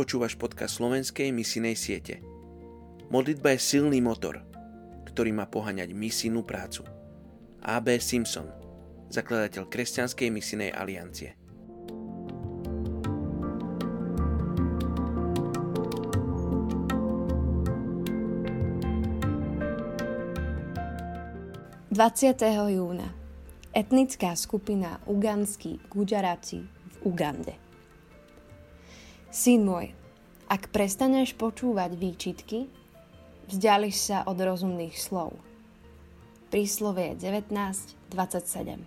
Počúvaš podcast Slovenskej misijnej siete. Modlitba je silný motor, ktorý má poháňať misijnú prácu. A.B. Simpson, zakladateľ Kresťanskej misijnej aliancie. Júna. Etnická skupina ugandskí Gudžaráti v Ugande. Syn môj, ak prestaneš počúvať výčitky, vzdiališ sa od rozumných slov. Príslovie 19:27.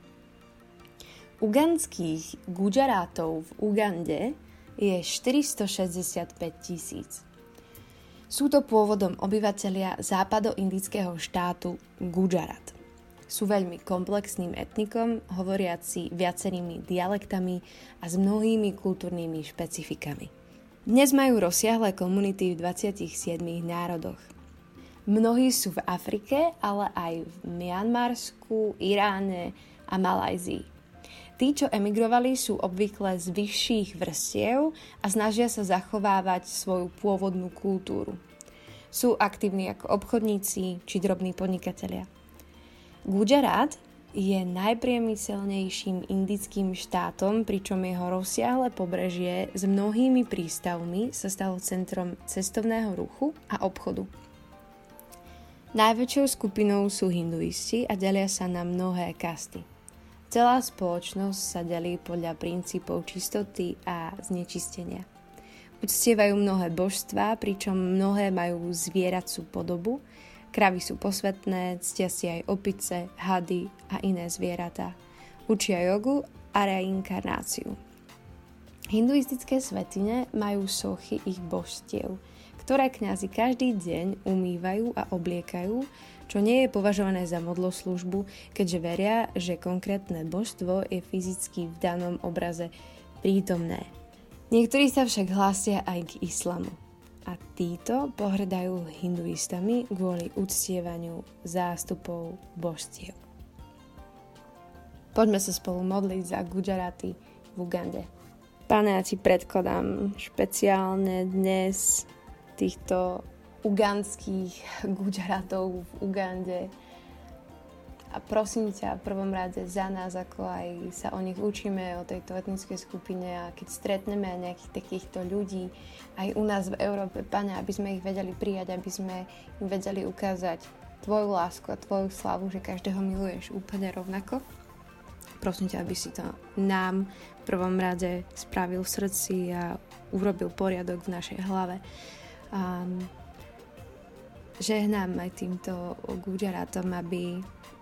Ugandských Gudžarátov v Ugande je 465 000. Sú to pôvodom obyvatelia západoindického štátu Gudžarat. Sú veľmi komplexným etnikom, hovoriaci viacerými dialektami a s mnohými kultúrnymi špecifikami. Dnes majú rozsiahle komunity v 27 národoch. Mnohí sú v Afrike, ale aj v Mianmarsku, Iráne a Malajzii. Tí, čo emigrovali, sú obvykle z vyšších vrstiev a snažia sa zachovávať svoju pôvodnú kultúru. Sú aktívni ako obchodníci či drobní podnikatelia. Gudžarát je najpriemyselnejším indickým štátom, pričom jeho rozsiahle pobrežie s mnohými prístavmi sa stalo centrom cestovného ruchu a obchodu. Najväčšou skupinou sú hinduisti a delia sa na mnohé kasty. Celá spoločnosť sa delí podľa princípov čistoty a znečistenia. Uctievajú mnohé božstvá, pričom mnohé majú zvieracú podobu. Kravy sú posvätné, ctia si aj opice, hady a iné zvieratá. Učia jogu a reinkarnáciu. Hinduistické svätyne majú sochy ich božstiev, ktoré kňazi každý deň umývajú a obliekajú, čo nie je považované za modloslužbu, keďže veria, že konkrétne božstvo je fyzicky v danom obraze prítomné. Niektorí sa však hlásia aj k islamu. A títo pohrdajú hinduistami kvôli uctievaniu zástupov božstiev. Poďme sa spolu modliť za Gudžaráty v Ugande. Pane, ja ti predkladám špeciálne dnes týchto ugandských Gudžarátov v Ugande a prosím ťa v prvom rade za nás, ako aj sa o nich učíme, o tejto etnickej skupine, a keď stretneme nejakých takýchto ľudí aj u nás v Európe, Pane, aby sme ich vedeli prijať, aby sme im vedeli ukázať tvoju lásku a tvoju slavu, že každého miluješ úplne rovnako. Prosím ťa, aby si to nám v prvom rade spravil v srdci a urobil poriadok v našej hlave. Žehnám aj týmto Gudžarátom, aby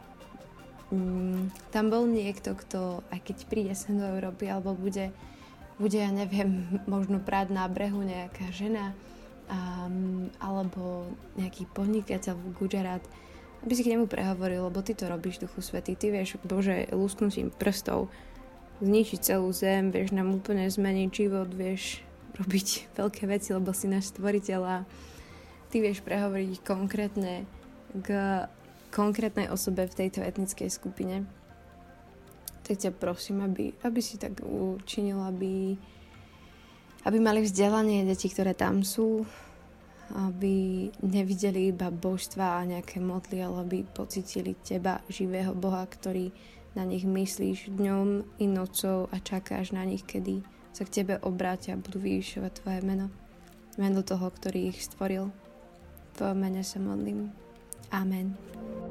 tam bol niekto, kto aj keď príde sem do Európy, alebo bude, ja neviem, možno prať na brehu nejaká žena, alebo nejaký podnikateľ v Gudžarát, aby si k nemu prehovoril, lebo ty to robíš, Duchu Svätý. Ty vieš, Bože, lusknutím prstov zničiť celú zem, vieš nám úplne zmeniť život, vieš robiť veľké veci, lebo si náš stvoriteľ a ty vieš prehovoriť konkrétne k konkrétnej osobe v tejto etnickej skupine. Tak ťa prosím, aby si tak učinil, aby mali vzdelanie deti, ktoré tam sú, aby nevideli iba božstva a nejaké modly, ale aby pocítili teba, živého Boha, ktorý na nich myslíš dňom i nocou a čakáš na nich, kedy sa k tebe obrátia a budú vyvyšovať tvoje meno. Meno toho, ktorý ich stvoril. V tvojom mene sa modlím. Amen.